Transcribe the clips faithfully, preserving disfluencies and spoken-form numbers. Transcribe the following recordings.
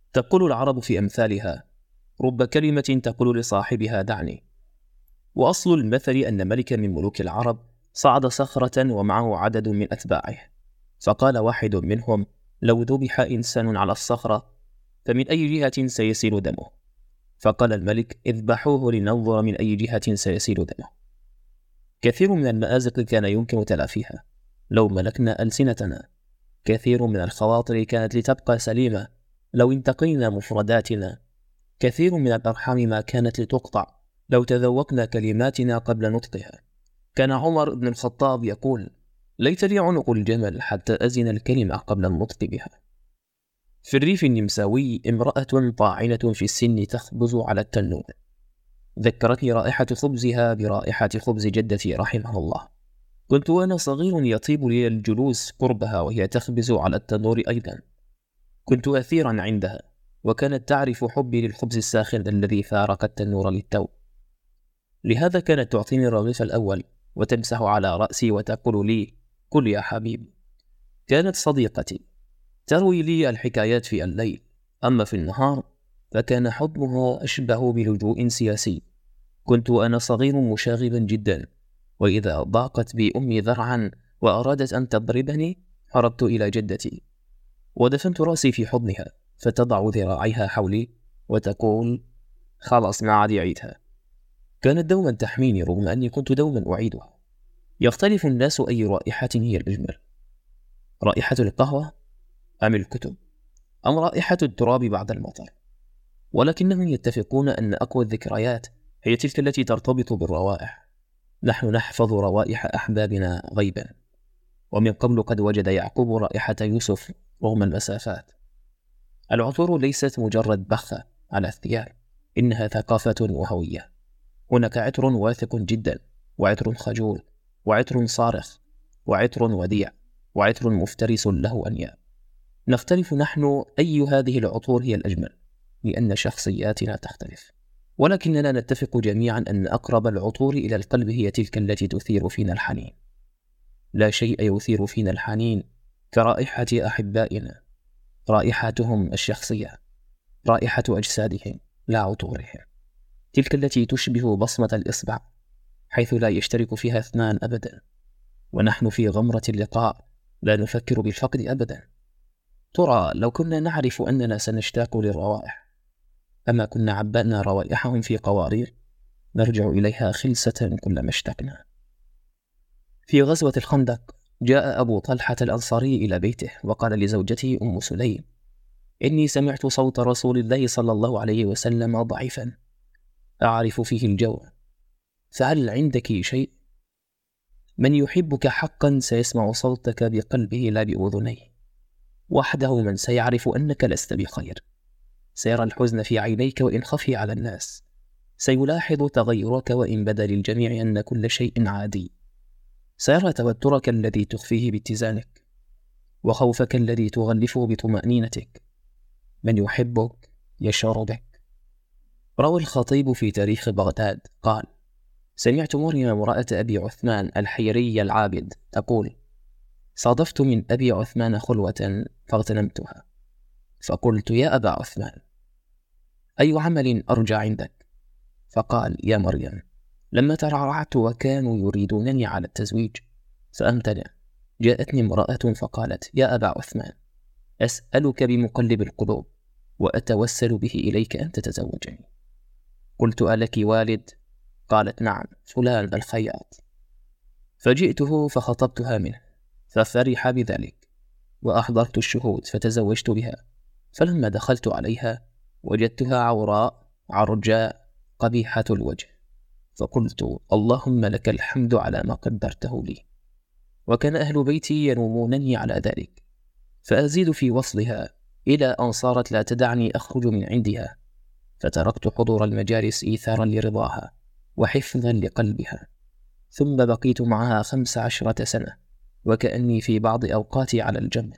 تقول العرب في أمثالها: رب كلمة تقول لصاحبها دعني. وأصل المثل أن ملكا من ملوك العرب صعد صخرة ومعه عدد من أتباعه، فقال واحد منهم: لو ذبح إنسان على الصخرة فمن أي جهة سيسيل دمه؟ فقال الملك: اذبحوه لننظر من أي جهة سيسيل دمه. كثير من المآزق كان يمكن تلافيها لو ملكنا ألسنتنا، كثير من الخواطر كانت لتبقى سليمة لو انتقينا مفرداتنا، كثير من الأرحام ما كانت لتقطع لو تذوقنا كلماتنا قبل نطقها. كان عمر بن الخطاب يقول: ليت لي عنق الجمل حتى أزن الكلمة قبل النطق بها. في الريف النمساوي امرأة طاعنة في السن تخبز على التنور، ذكرتني رائحة خبزها برائحة خبز جدتي رحمها الله. كنت وأنا صغير يطيب لي الجلوس قربها وهي تخبز على التنور أيضا. كنت أثيرا عندها، وكانت تعرف حبي للخبز الساخن الذي فارق التنور للتو. لهذا كانت تعطيني الرغيف الأول وتمسح على رأسي وتقول لي: كل يا حبيبي. كانت صديقتي تروي لي الحكايات في الليل، أما في النهار فكان حضنها أشبه بلجوء سياسي. كنت وأنا صغير مشاغبا جدا، وإذا ضاقت بي أمي ذرعا وأرادت أن تضربني هربت إلى جدتي ودفنت رأسي في حضنها، فتضع ذراعيها حولي وتقول: خلاص ما عاد يعيدها. كانت دوما تحميني رغم أني كنت دوما أعيدها. يختلف الناس أي رائحة هي الأجمل، رائحة القهوة أم الكتب أم رائحة التراب بعد المطر؟ ولكنهم يتفقون أن أقوى الذكريات هي تلك التي ترتبط بالروائح. نحن نحفظ روائح أحبابنا غيبا، ومن قبل قد وجد يعقوب رائحة يوسف رغم المسافات. العطور ليست مجرد بخة على الثياب، إنها ثقافة وهوية. هناك عطر واثق جدا، وعطر خجول، وعطر صارخ، وعطر وديع، وعطر مفترس له أنياب. نختلف نحن أي هذه العطور هي الأجمل، لأن شخصياتنا تختلف، ولكننا نتفق جميعا أن أقرب العطور إلى القلب هي تلك التي تثير فينا الحنين. لا شيء يثير فينا الحنين كرائحة أحبائنا، رائحتهم الشخصية، رائحة أجسادهم لا عطورهم، تلك التي تشبه بصمة الإصبع حيث لا يشترك فيها اثنان أبدا. ونحن في غمرة اللقاء لا نفكر بالفقد أبدا. ترى لو كنا نعرف أننا سنشتاق للروائح أما كنا عبأنا روائحهم في قوارير نرجع إليها خلسة كلما اشتقنا. في غزوة الخندق جاء أبو طلحة الأنصاري إلى بيته وقال لزوجته أم سليم: إني سمعت صوت رسول الله صلى الله عليه وسلم ضعيفا أعرف فيه الجو، فهل عندك شيء؟ من يحبك حقا سيسمع صوتك بقلبه لا بأذنيه، وحده من سيعرف أنك لست بخير، سيرى الحزن في عينيك وإن خفي على الناس، سيلاحظ تغيرك وإن بدا للجميع أن كل شيء عادي، سيرى توترك الذي تخفيه باتزانك، وخوفك الذي تغلفه بطمأنينتك. من يحبك يشعر بك. روى الخطيب في تاريخ بغداد قال: سمعت مريم امرأة أبي عثمان الحيري العابد تقول: صادفت من أبي عثمان خلوة فاغتنمتها، فقلت: يا أبا عثمان، أي عمل أرجى عندك؟ فقال: يا مريم، لما ترعرعت وكانوا يريدونني على التزويج فأمتنع، جاءتني امرأة فقالت: يا أبا عثمان، أسألك بمقلب القلوب وأتوسل به إليك أن تتزوجني. قلت: ألك والد؟ قالت: نعم، فلان الخياط. فجئته فخطبتها منه ففرح بذلك، وأحضرت الشهود فتزوجت بها. فلما دخلت عليها وجدتها عوراء عرجاء قبيحة الوجه، فقلت: اللهم لك الحمد على ما قدرته لي. وكان أهل بيتي يلومونني على ذلك، فأزيد في وصلها إلى أن صارت لا تدعني أخرج من عندها، فتركت حضور المجالس إيثارا لرضاها وحفظا لقلبها. ثم بقيت معها خمس عشرة سنة وكأني في بعض أوقاتي على الجمر،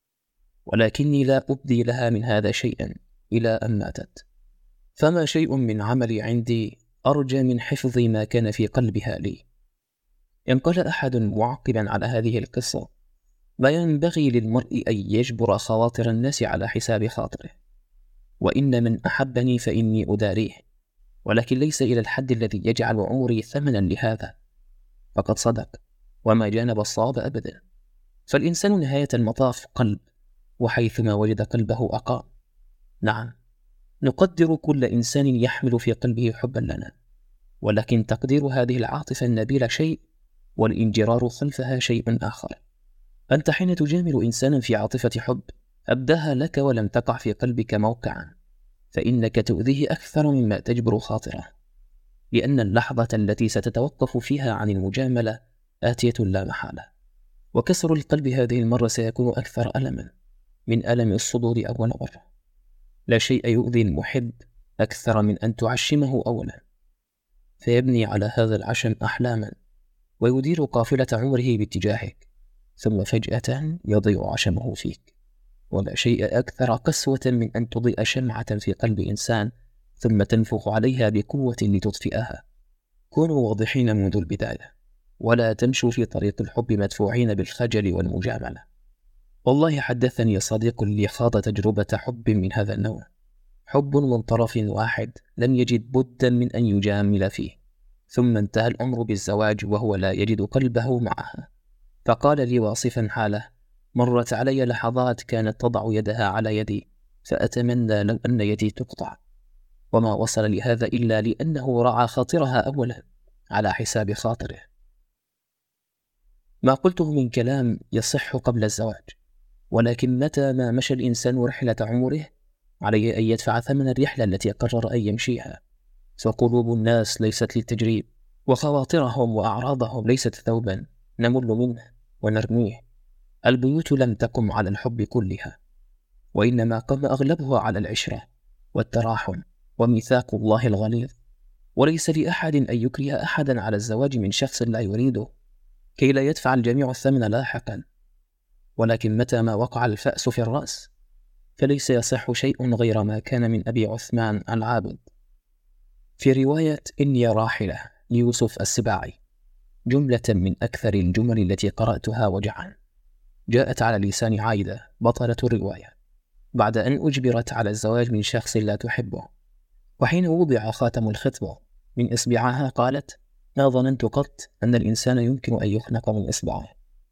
ولكني لا أبدي لها من هذا شيئا إلى أن ماتت. فما شيء من عملي عندي أرجى من حفظ ما كان في قلبها لي. إن قال أحد معقبا على هذه القصة: ما ينبغي للمرء أن يجبر خواطر الناس على حساب خاطره، وإن من أحبني فإني أداريه، ولكن ليس إلى الحد الذي يجعل عمري ثمنا لهذا. فقد صدق وما جانب الصواب أبدا. فالإنسان نهاية المطاف قلب، وحيثما وجد قلبه أقام. نعم، نقدر كل إنسان يحمل في قلبه حبا لنا، ولكن تقدير هذه العاطفة النبيلة شيء، والانجرار خلفها شيء آخر. أنت حين تجامل إنسانا في عاطفة حب أبداها لك ولم تقع في قلبك موقعا، فإنك تؤذيه أكثر مما تجبر خاطره، لأن اللحظة التي ستتوقف فيها عن المجاملة آتية لا محالة، وكسر القلب هذه المرة سيكون أكثر ألما من ألم الصدور أول مرة. لا شيء يؤذي المحب أكثر من أن تعشمه أولا، فيبني على هذا العشم أحلاما ويدير قافلة عمره باتجاهك، ثم فجأة يضيع عشمه فيك. ولا شيء أكثر قسوة من أن تضيء شمعة في قلب إنسان ثم تنفخ عليها بقوة لتطفئها. كونوا واضحين منذ البداية، ولا تمشوا في طريق الحب مدفوعين بالخجل والمجاملة. والله حدثني صديق لي خاض تجربة حب من هذا النوع، حب من طرف واحد لم يجد بدا من أن يجامل فيه، ثم انتهى الأمر بالزواج وهو لا يجد قلبه معها. فقال لي واصفا حاله: مرت علي لحظات كانت تضع يدها على يدي فأتمنى لو أن يدي تقطع، وما وصل لهذا إلا لأنه رعى خاطرها أولا على حساب خاطره. ما قلته من كلام يصح قبل الزواج، ولكن متى ما مشى الإنسان رحلة عمره عليه أن يدفع ثمن الرحلة التي قرر أن يمشيها. فقلوب الناس ليست للتجريب، وخواطرهم وأعراضهم ليست ثوبا نمل منه ونرميه. البيوت لم تقم على الحب كلها، وإنما قام أغلبها على العشرة والتراحم وميثاق الله الغليظ. وليس لأحد أن يكره أحدا على الزواج من شخص لا يريده كي لا يدفع الجميع الثمن لاحقا. ولكن متى ما وقع الفأس في الرأس فليس يصح شيء غير ما كان من أبي عثمان العابد. في رواية إني راحلة ليوسف السباعي جملة من أكثر الجمل التي قرأتها وجعا، جاءت على لسان عايدة بطلة الرواية بعد أن أجبرت على الزواج من شخص لا تحبه، وحين وضع خاتم الخطبة من إصبعها قالت: ما ظننت قط أن الإنسان يمكن أن يخنق من إصبعه.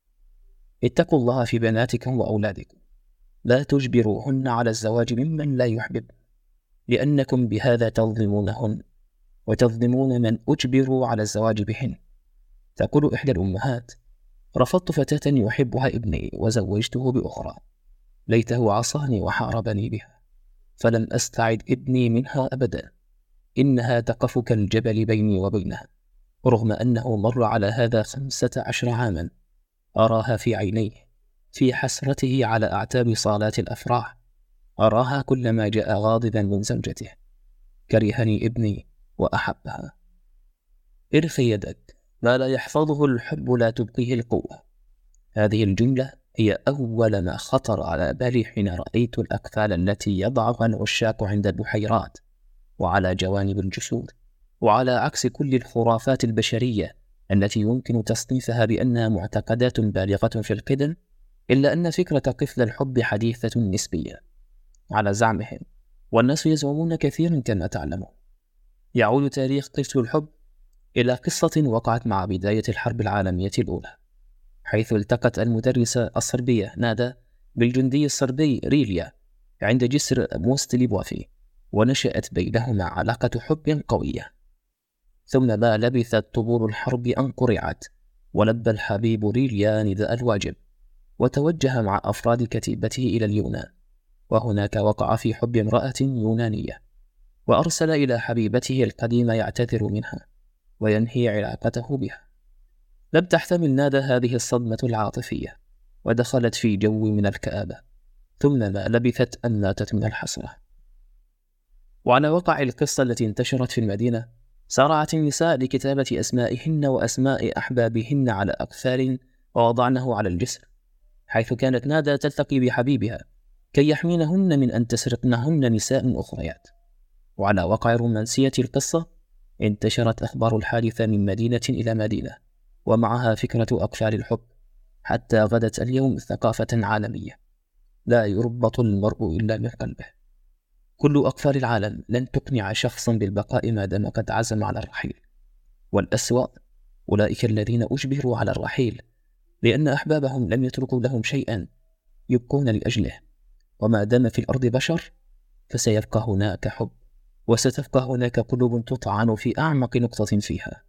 اتقوا الله في بناتكم وأولادكم، لا تجبروهن على الزواج ممن لا يحبب، لأنكم بهذا تظلمونهن وتظلمون من أجبروا على الزواج بهن. تقول إحدى الأمهات: رفضت فتاة يحبها ابني وزوجته بأخرى، ليته عصاني وحاربني بها، فلم أستعد ابني منها أبدا، إنها تقف كالجبل بيني وبينها، رغم أنه مر على هذا خمسة عشر عاما. أراها في عينيه في حسرته على أعتاب صالات الأفراح، أراها كلما جاء غاضبا من زوجته. كرهني ابني وأحبها. ارخي يدك، ما لا يحفظه الحب لا تبقيه القوة. هذه الجملة هي أول ما خطر على بالي حين رأيت الأقفال التي يضعها العشاق عند البحيرات وعلى جوانب الجسور، وعلى عكس كل الخرافات البشرية التي يمكن تصنيفها بأنها معتقدات بالغة في القدم، إلا أن فكرة قفل الحب حديثة نسبية على زعمهم، والناس يزعمون كثيرا كما تعلمون. يعود تاريخ قفل الحب إلى قصة وقعت مع بداية الحرب العالمية الأولى، حيث التقت المدرسة الصربية نادا بالجندي الصربي ريليا عند جسر موست ليبوافي، ونشأت بينهما علاقة حب قوية. ثم ما لبثت طبول الحرب أن قرعت، ولبى الحبيب ريليا نداء الواجب، وتوجه مع أفراد كتيبته إلى اليونان، وهناك وقع في حب امرأة يونانية، وأرسل إلى حبيبته القديمة يعتذر منها وينهي علاقته بها. لم تحتمل نادا هذه الصدمة العاطفية، ودخلت في جو من الكآبة، ثم ما لبثت أن ماتت من الحسرة. وعلى وقع القصة التي انتشرت في المدينة، سارعت النساء لكتابة أسمائهن وأسماء أحبابهن على أقفال ووضعنه على الجسر، حيث كانت نادا تلتقي بحبيبها كي يحمينهن من أن تسرقنهن نساء أخريات. وعلى وقع رومانسية القصة انتشرت أخبار الحادثة من مدينة إلى مدينة، ومعها فكرة أقفال الحب، حتى غدت اليوم ثقافة عالمية لا يربط المرء إلا من قلبه. كل أقفال العالم لن تقنع شخصا بالبقاء ما دام قد عزم على الرحيل، والأسوأ أولئك الذين أجبروا على الرحيل لأن أحبابهم لم يتركوا لهم شيئا يبقون لأجله. وما دام في الأرض بشر فسيبقى هناك حب، وستبقى هناك قلوب تطعن في أعمق نقطة فيها.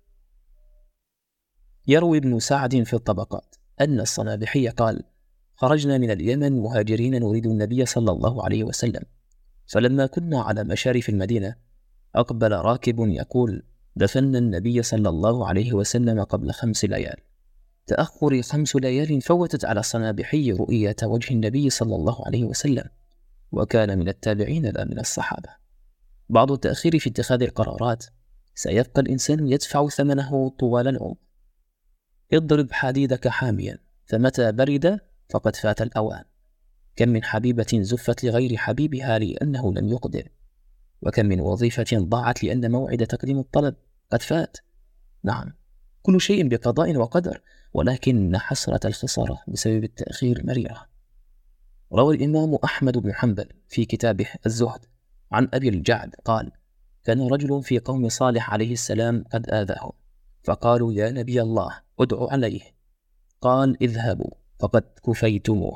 يروي ابن سعد في الطبقات أن الصنابحي قال: خرجنا من اليمن مهاجرين نريد النبي صلى الله عليه وسلم، فلما كنا على مشارف المدينة أقبل راكب يقول: دفن النبي صلى الله عليه وسلم قبل خمس ليال. تأخر خمس ليال فوتت على الصنابحي رؤية وجه النبي صلى الله عليه وسلم، وكان من التابعين لا من الصحابة. بعض التأخير في اتخاذ القرارات سيبقى الإنسان يدفع ثمنه طوال العمر. اضرب حديدك حاميا، فمتى برد فقد فات الأوان. كم من حبيبة زفت لغير حبيبها لأنه لم يقدر، وكم من وظيفة ضاعت لأن موعد تقديم الطلب قد فات. نعم، كل شيء بقضاء وقدر، ولكن حسرة الخسارة بسبب التأخير مريرة. روى الإمام أحمد بن حنبل في كتابه الزهد عن أبي الجعد قال: كان رجل في قوم صالح عليه السلام قد آذاهم، فقالوا: يا نبي الله ادعوا عليه. قال: اذهبوا فقد كفيتموه.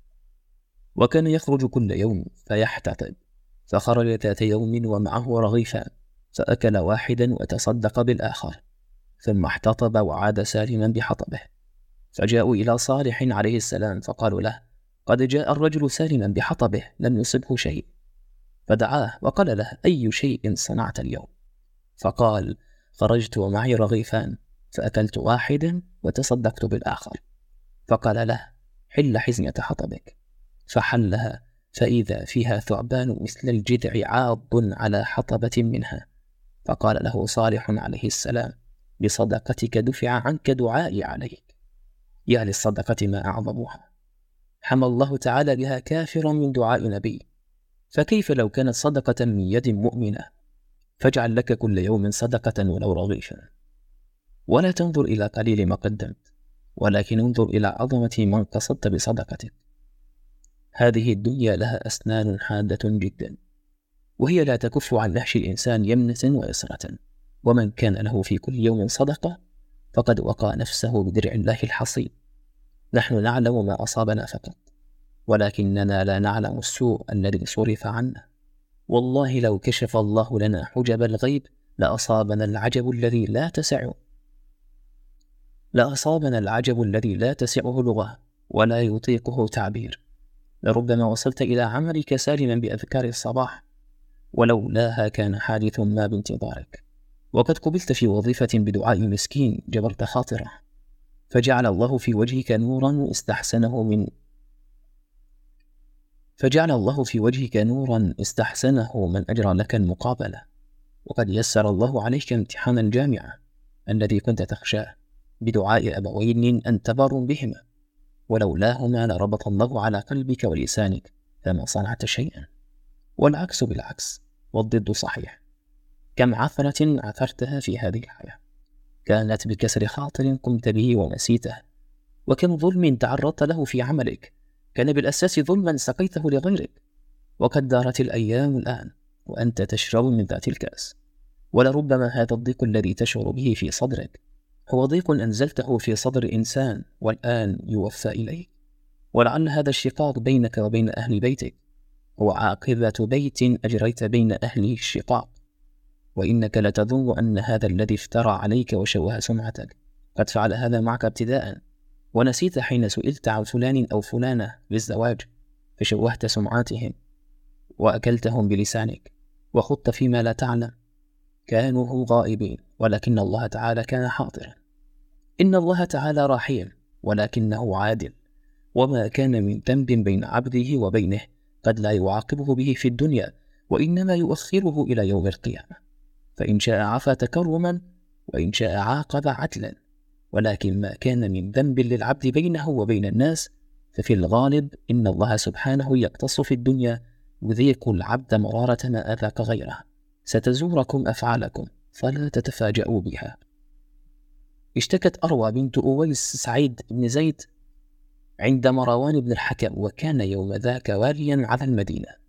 وكان يخرج كل يوم فيحتطب، فخرج ذات يوم ومعه رغيفان، فأكل واحدا وتصدق بالآخر، ثم احتطب وعاد سالما بحطبه. فجاءوا إلى صالح عليه السلام فقالوا له: قد جاء الرجل سالما بحطبه لم يصبه شيء. فدعاه وقال له: أي شيء صنعت اليوم؟ فقال: خرجت ومعي رغيفان، فأكلت واحدا وتصدقت بالآخر. فقال له: حل حزمة حطبك. فحلها، فإذا فيها ثعبان مثل الجذع عاض على حطبة منها. فقال له صالح عليه السلام: بصدقتك دفع عنك دعائي عليك. يا للصدقة ما أعظمها، حمى الله تعالى بها كافرا من دعاء نبي، فكيف لو كانت صدقة من يد مؤمنة؟ فاجعل لك كل يوم صدقة ولو رغيفا، ولا تنظر إلى قليل ما قدمت، ولكن انظر إلى عظمة من قصدت بصدقتك. هذه الدنيا لها أسنان حادة جدا، وهي لا تكف عن نهش الإنسان يمنة ويسرة، ومن كان له في كل يوم صدقة فقد وقى نفسه بدرع الله الحصين. نحن نعلم ما أصابنا فقط، ولكننا لا نعلم السوء الذي صرف عنا. والله لو كشف الله لنا حجب الغيب لأصابنا العجب الذي لا تسعه لأصابنا العجب الذي لا تسعه لغة ولا يطيقه تعبير. لربما وصلت إلى عملك سالما بأذكار الصباح، ولولاها كان حادث ما بانتظارك، وقد قبلت في وظيفة بدعاء مسكين جبرت خاطره، فجعل الله في وجهك نورا استحسنه من فجعل الله في وجهك نورا استحسنه من أجرى لك المقابلة، وقد يسر الله عليك امتحان الجامعة الذي كنت تخشاه بدعاء أبوين أنت بار بهما، ولولاهما لربط الله على قلبك ولسانك فما صنعت شيئا. والعكس بالعكس، والضد صحيح. كم عثرة عثرتها في هذه الحياة كانت بكسر خاطر قمت به ونسيته، وكم ظلم تعرضت له في عملك كان بالأساس ظلما سقيته لغيرك، وقد دارت الأيام الآن وأنت تشرب من ذات الكأس. ولربما هذا الضيق الذي تشعر به في صدرك هو ضيق أنزلته في صدر إنسان والآن يوفى إليك، ولعل هذا الشقاق بينك وبين أهل بيتك هو عاقبة بيت أجريت بين أهله الشقاق، وإنك لتظن أن هذا الذي افترى عليك وشوه سمعتك قد فعل هذا معك ابتداء، ونسيت حين سئلت عن فلان أو فلانة للزواج فشوهت سمعاتهم وأكلتهم بلسانك وخضت فيما لا تعلم. كانوا هم غائبين ولكن الله تعالى كان حاضرا. إن الله تعالى رحيم ولكنه عادل، وما كان من ذنب بين عبده وبينه قد لا يعاقبه به في الدنيا، وإنما يؤخره إلى يوم القيامة، فإن شاء عفا تكرما وإن شاء عاقب عدلا. ولكن ما كان من ذنب للعبد بينه وبين الناس ففي الغالب إن الله سبحانه يقتص في الدنيا يذيق العبد مرارة ما أذاق غيره. ستزوركم أفعالكم فلا تتفاجؤوا بها. اشتكت أروى بنت أويس سعيد بن زيد عند مروان بن الحكم، وكان يوم ذاك واليا على المدينة،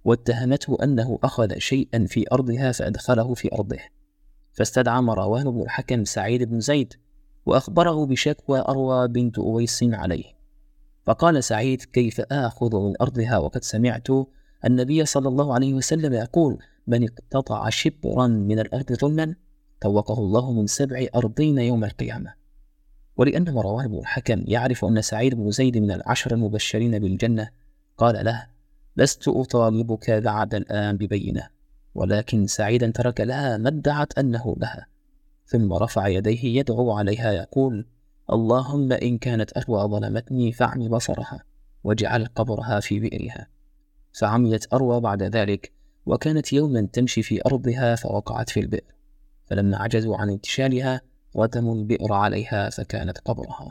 واتهمته أنه أخذ شيئا في أرضها فأدخله في أرضه، فاستدعى مروان بن الحكم سعيد بن زيد وأخبره بشكوى أروى بنت أويس عليه، فقال سعيد: كيف آخذ من أرضها وقد سمعت النبي صلى الله عليه وسلم يقول: من اقتطع شبرا من الأرض ظلما طوقه الله من سبع أرضين يوم القيامة. ولأن مروان بن الحكم يعرف أن سعيد بن زيد من العشر المبشرين بالجنة، قال له: لست أطالبك بعد الآن ببينة، ولكن سعيدا ترك لها ما ادعت أنه لها، ثم رفع يديه يدعو عليها يقول: اللهم إن كانت أروى ظلمتني فاعم بصرها واجعل قبرها في بئرها. فعميت أروى بعد ذلك، وكانت يوما تمشي في أرضها فوقعت في البئر، فلما عجزوا عن انتشالها ردموا البئر عليها فكانت قبرها.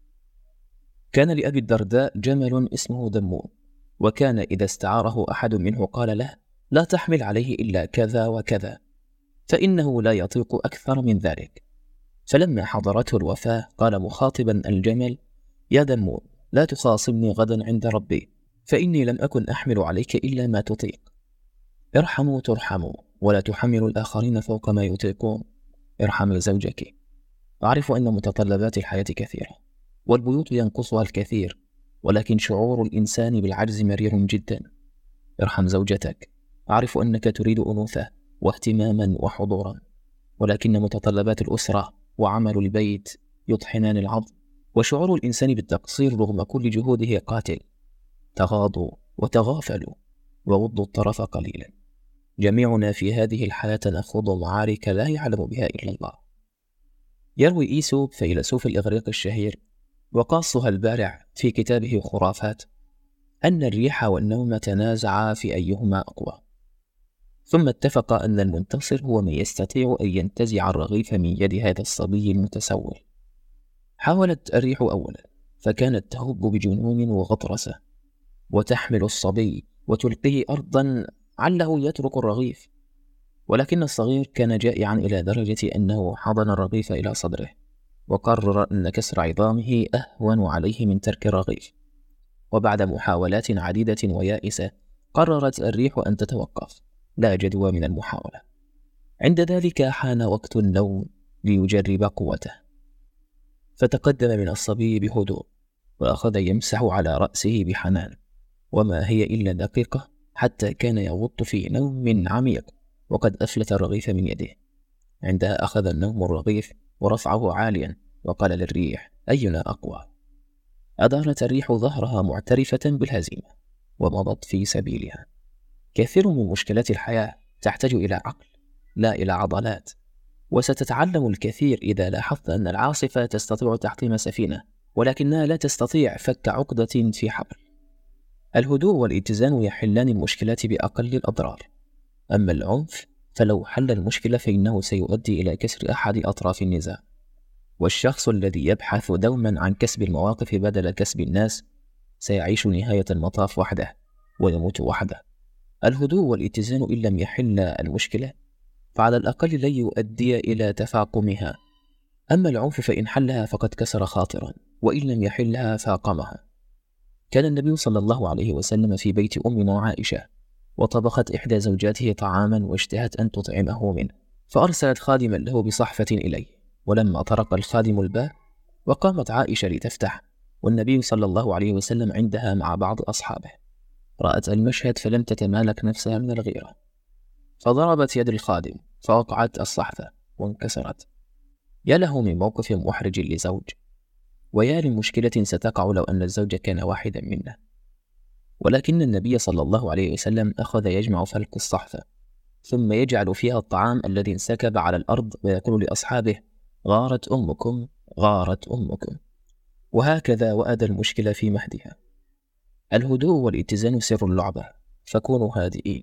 كان لأبي الدرداء جمل اسمه دمون، وكان إذا استعاره أحد منه قال له: لا تحمل عليه إلا كذا وكذا، فإنه لا يطيق أكثر من ذلك. فلما حضرته الوفاة قال مخاطبا الجمل: يا دمون، لا تخاصمني غدا عند ربي، فإني لم أكن أحمل عليك إلا ما تطيق. ارحموا ترحموا، ولا تحملوا الآخرين فوق ما يطيقون. ارحمي زوجك. أعرف أن متطلبات الحياة كثيرة، والبيوت ينقصها الكثير، ولكن شعور الإنسان بالعجز مرير جدا. ارحم زوجتك. أعرف أنك تريد أنوثة واهتماما وحضورا، ولكن متطلبات الأسرة وعمل البيت يطحنان العظم، وشعور الإنسان بالتقصير رغم كل جهوده قاتل. تغاضوا وتغافلوا وغضوا الطرف قليلا. جميعنا في هذه الحياة نخوض معارك لا يعلم بها إلا الله. يروي إيسوب فيلسوف الإغريق الشهير وقاصها البارع في كتابه خرافات أن الريح والنوم تنازعا في أيهما أقوى، ثم اتفق أن المنتصر هو من يستطيع أن ينتزع الرغيف من يد هذا الصبي المتسول. حاولت الريح أولا، فكانت تهب بجنون وغطرسة وتحمل الصبي وتلقيه أرضا عله يترك الرغيف، ولكن الصغير كان جائعا إلى درجة أنه حضن الرغيف إلى صدره، وقرر أن كسر عظامه أهون عليه من ترك الرغيف. وبعد محاولات عديدة ويائسة قررت الريح أن تتوقف، لا جدوى من المحاولة. عند ذلك حان وقت النوم ليجرب قوته، فتقدم من الصبي بهدوء وأخذ يمسح على رأسه بحنان، وما هي إلا دقيقة حتى كان يغط في نوم عميق وقد أفلت الرغيف من يده. عندها أخذ النوم الرغيف ورفعه عاليا وقال للريح: أينا أقوى؟ أدارت الريح ظهرها معترفة بالهزيمة ومضت في سبيلها. كثير من مشكلات الحياة تحتاج إلى عقل لا إلى عضلات، وستتعلم الكثير إذا لاحظت أن العاصفة تستطيع تحطيم سفينة، ولكنها لا تستطيع فك عقدة في حبل. الهدوء والاتزان يحلان المشكلات بأقل الأضرار، أما العنف فلو حل المشكلة فإنه سيؤدي إلى كسر أحد أطراف النزاع. والشخص الذي يبحث دوما عن كسب المواقف بدل كسب الناس سيعيش نهاية المطاف وحده ويموت وحده. الهدوء والاتزان إن لم يحل المشكلة فعلى الأقل لن يؤدي إلى تفاقمها، أما العنف فإن حلها فقد كسر خاطرا، وإن لم يحلها فاقمها. كان النبي صلى الله عليه وسلم في بيت أمنا عائشة، وطبخت إحدى زوجاته طعاما واشتهت أن تطعمه منه، فأرسلت خادما له بصحفة إليه، ولما طرق الخادم الباب وقامت عائشة لتفتح والنبي صلى الله عليه وسلم عندها مع بعض أصحابه، رأت المشهد فلم تتمالك نفسها من الغيرة، فضربت يد الخادم فوقعت الصحفة وانكسرت. يا له من موقف محرج لزوج، ويا لمشكلة ستقع لو أن الزوج كان واحدا منا. ولكن النبي صلى الله عليه وسلم أخذ يجمع فلك الصحفة ثم يجعل فيها الطعام الذي انسكب على الأرض ويقول لأصحابه: غارت أمكم غارت أمكم. وهكذا وأدى المشكلة في مهدها. الهدوء والاتزان سر اللعبة، فكونوا هادئين.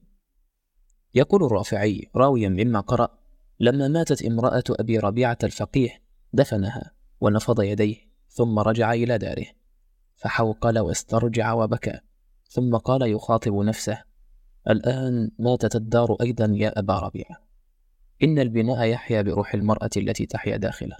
يقول الرافعي راويا مما قرأ: لما ماتت امرأة أبي ربيعة الفقيه دفنها ونفض يديه ثم رجع إلى داره، فحوقل واسترجع وبكى، ثم قال يخاطب نفسه: الآن ماتت الدار أيضا يا أبا ربيعة. إن البناء يحيا بروح المرأة التي تحيا داخله.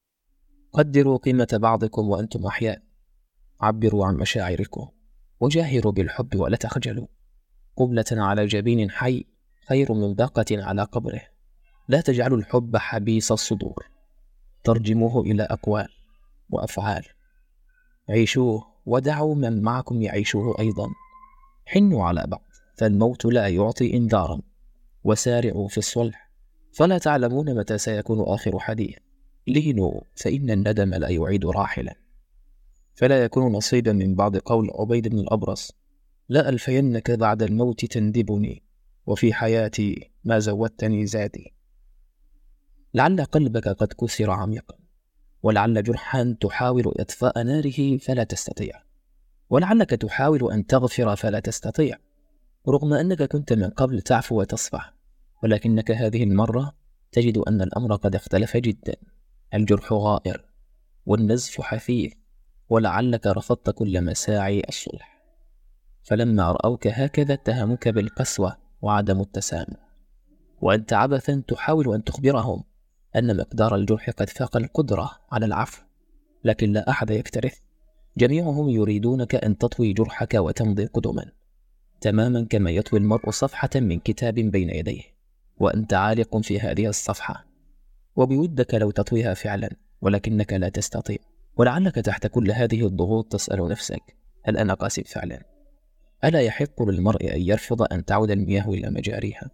قدروا قيمة بعضكم وأنتم أحياء، عبروا عن مشاعركم، وجاهروا بالحب ولا تخجلوا. قبلة على جبين حي خير من باقة على قبره. لا تجعلوا الحب حبيس الصدور، ترجموه إلى أقوال وأفعال. عيشوه ودعوا من معكم يعيشوه أيضا. حنوا على بعض فالموت لا يعطي إنذارا، وسارعوا في الصلح فلا تعلمون متى سيكون آخر حديث. لينوا فإن الندم لا يعيد راحلا. فلا يكون نصيبا من بعد قول عبيد بن الأبرص: لا ألفينك بعد الموت تندبني، وفي حياتي ما زودتني زادي. لعل قلبك قد كسر عميقا، ولعل جرحا تحاول إطفاء ناره فلا تستطيع، ولعلك تحاول أن تغفر فلا تستطيع، رغم أنك كنت من قبل تعفو وتصفح، ولكنك هذه المرة تجد أن الأمر قد اختلف جدا. الجرح غائر والنزف حثيث، ولعلك رفضت كل مساعي الصلح. فلما رأوك هكذا اتهموك بالقسوة وعدم التسامح، وأنت عبثا تحاول أن تخبرهم أن مقدار الجرح قد فاق القدرة على العفو، لكن لا أحد يكترث. جميعهم يريدونك أن تطوي جرحك وتمضي قدما، تماما كما يطوي المرء صفحة من كتاب بين يديه وأنت عالق في هذه الصفحة، وبودك لو تطويها فعلا ولكنك لا تستطيع. ولعلك تحت كل هذه الضغوط تسأل نفسك: هل أنا قاسي فعلا؟ ألا يحق للمرء أن يرفض أن تعود المياه إلى مجاريها؟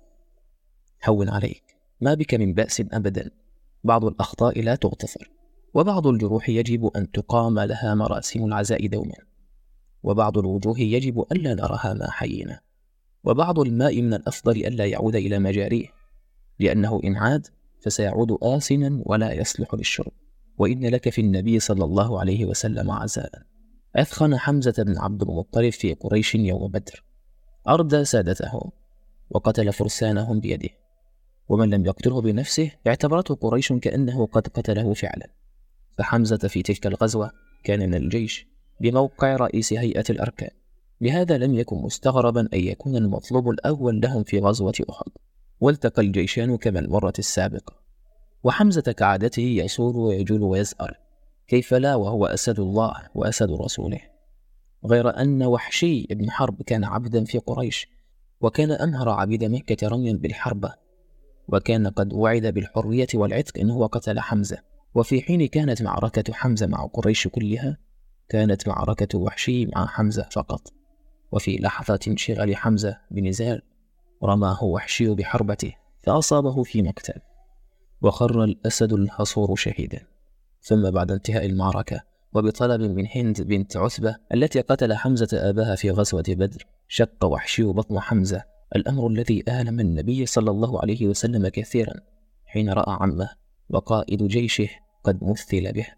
هون عليك، ما بك من بأس أبدا. بعض الأخطاء لا تغتفر، وبعض الجروح يجب أن تقام لها مراسم العزاء دوما، وبعض الوجوه يجب ألا نراها ما حيينا، وبعض الماء من الأفضل ألا يعود إلى مجاريه، لأنه إن عاد فسيعود آسنا ولا يصلح للشرب. وإن لك في النبي صلى الله عليه وسلم عزاء. أثخن حمزة بن عبد المطلب في قريش يوم بدر، أردى سادتهم وقتل فرسانهم بيده، ومن لم يقتله بنفسه اعتبرته قريش كأنه قد قتله فعلا. فحمزة في تلك الغزوة كان من الجيش بموقع رئيس هيئة الأركان، لهذا لم يكن مستغربا أن يكون المطلوب الأول لهم في غزوة أحد. والتقى الجيشان كما المرة السابقة، وحمزة كعادته يصور ويجول ويزأر، كيف لا وهو أسد الله وأسد رسوله. غير أن وحشي بن حرب كان عبدا في قريش، وكان أمهر عبيد مكة رميا بالحربة، وكان قد وعد بالحرية والعتق إن هو قتل حمزة. وفي حين كانت معركة حمزة مع قريش كلها، كانت معركة وحشي مع حمزة فقط. وفي لحظة انشغال حمزة بنزال رماه وحشي بحربته فأصابه في مقتل، وخر الأسد الحصور شهيدا. ثم بعد انتهاء المعركة وبطلب من هند بنت عتبة التي قتل حمزة أباها في غزوة بدر، شق وحشي بطن حمزة، الأمر الذي آلم النبي صلى الله عليه وسلم كثيرا حين رأى عمه وقائد جيشه قد مثل به.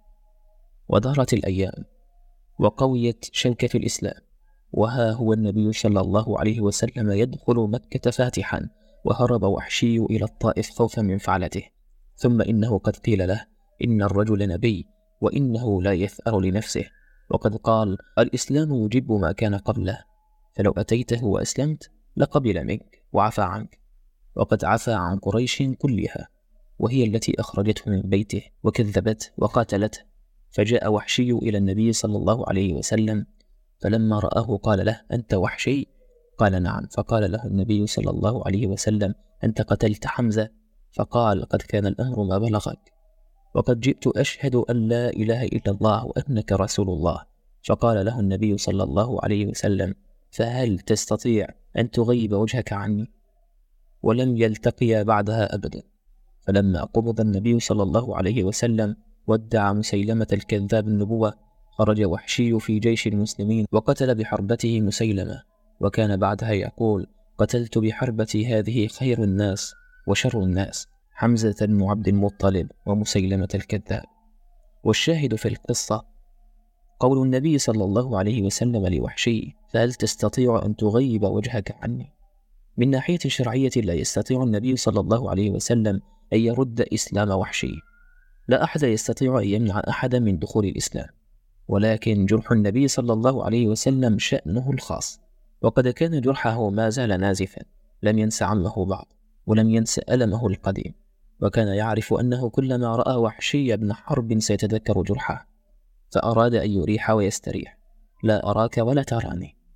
ودارت الأيام وقويت شوكة الإسلام، وها هو النبي صلى الله عليه وسلم يدخل مكة فاتحا، وهرب وحشي إلى الطائف خوفا من فعلته. ثم إنه قد قيل له إن الرجل نبي وإنه لا يثأر لنفسه، وقد قال: الإسلام يجب ما كان قبله، فلو أتيته وأسلمت لقبل منك وعفى عنك. وقد عفى عن قريش كلها، وهي التي أخرجته من بيته وكذبت وقاتلته. فجاء وحشي إلى النبي صلى الله عليه وسلم، فلما رآه قال له: أنت وحشي؟ قال: نعم. فقال له النبي صلى الله عليه وسلم: أنت قتلت حمزة؟ فقال: قد كان الأمر ما بلغك، وقد جئت أشهد أن لا إله إلا الله وأنك رسول الله. فقال له النبي صلى الله عليه وسلم: فهل تستطيع أن تغيب وجهك عني؟ ولم يلتقيا بعدها أبدا. فلما قبض النبي صلى الله عليه وسلم وادعى مسيلمة الكذاب النبوة، خرج وحشي في جيش المسلمين وقتل بحربته مسيلمة، وكان بعدها يقول: قتلت بحربتي هذه خير الناس وشر الناس، حمزة بن عبد المطلب ومسيلمة الكذاب. والشاهد في القصة قول النبي صلى الله عليه وسلم لوحشي: فهل تستطيع أن تغيب وجهك عني؟ من ناحية شرعية لا يستطيع النبي صلى الله عليه وسلم أن يرد إسلام وحشي، لا أحد يستطيع أن يمنع أحدا من دخول الإسلام، ولكن جرح النبي صلى الله عليه وسلم شأنه الخاص، وقد كان جرحه ما زال نازفا، لم ينس عمه بعد ولم ينس ألمه القديم، وكان يعرف أنه كلما رأى وحشي بن حرب سيتذكر جرحه، فأراد أن يريح ويستريح: لا أراك ولا تراني.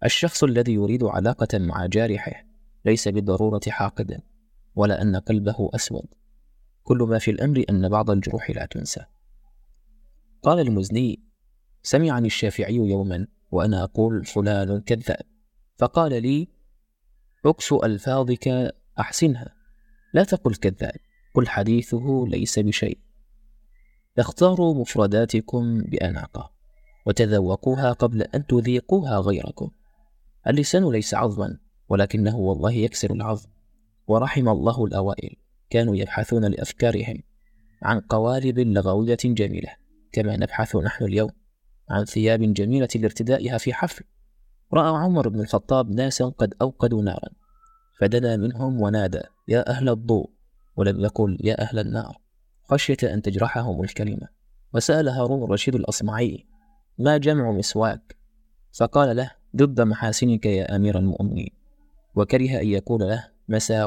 الشخص الذي يريد علاقة مع جارحه ليس بالضرورة حاقدا، ولا أن قلبه أسود. كل ما في الأمر أن بعض الجروح لا تنسى. قال المزني: سمعني الشافعي يوما وأنا أقول فلان كذاب، فقال لي: اكس ألفاظك أحسنها، لا تقل كذاب، قل حديثه ليس بشيء. اختاروا مفرداتكم بأناقة وتذوقوها قبل أن تذيقوها غيركم. اللسان ليس عظما، ولكنه والله يكسر العظم. ورحم الله الأوائل، كانوا يبحثون لأفكارهم عن قوالب لغوية جميلة، كما نبحث نحن اليوم عن ثياب جميلة لارتدائها في حفل. رأى عمر بن الخطاب ناسا قد أوقدوا نارا، فدنا منهم ونادى: يا أهل الضوء، ولم يقل يا أهل النار، خشية أن تجرحهم الكلمة. وسأل هارون الرشيد الأصمعي: ما جمع مسواك؟ فقال له: ضد محاسنك يا أمير المؤمنين. وكره أن يقول له: مساوئ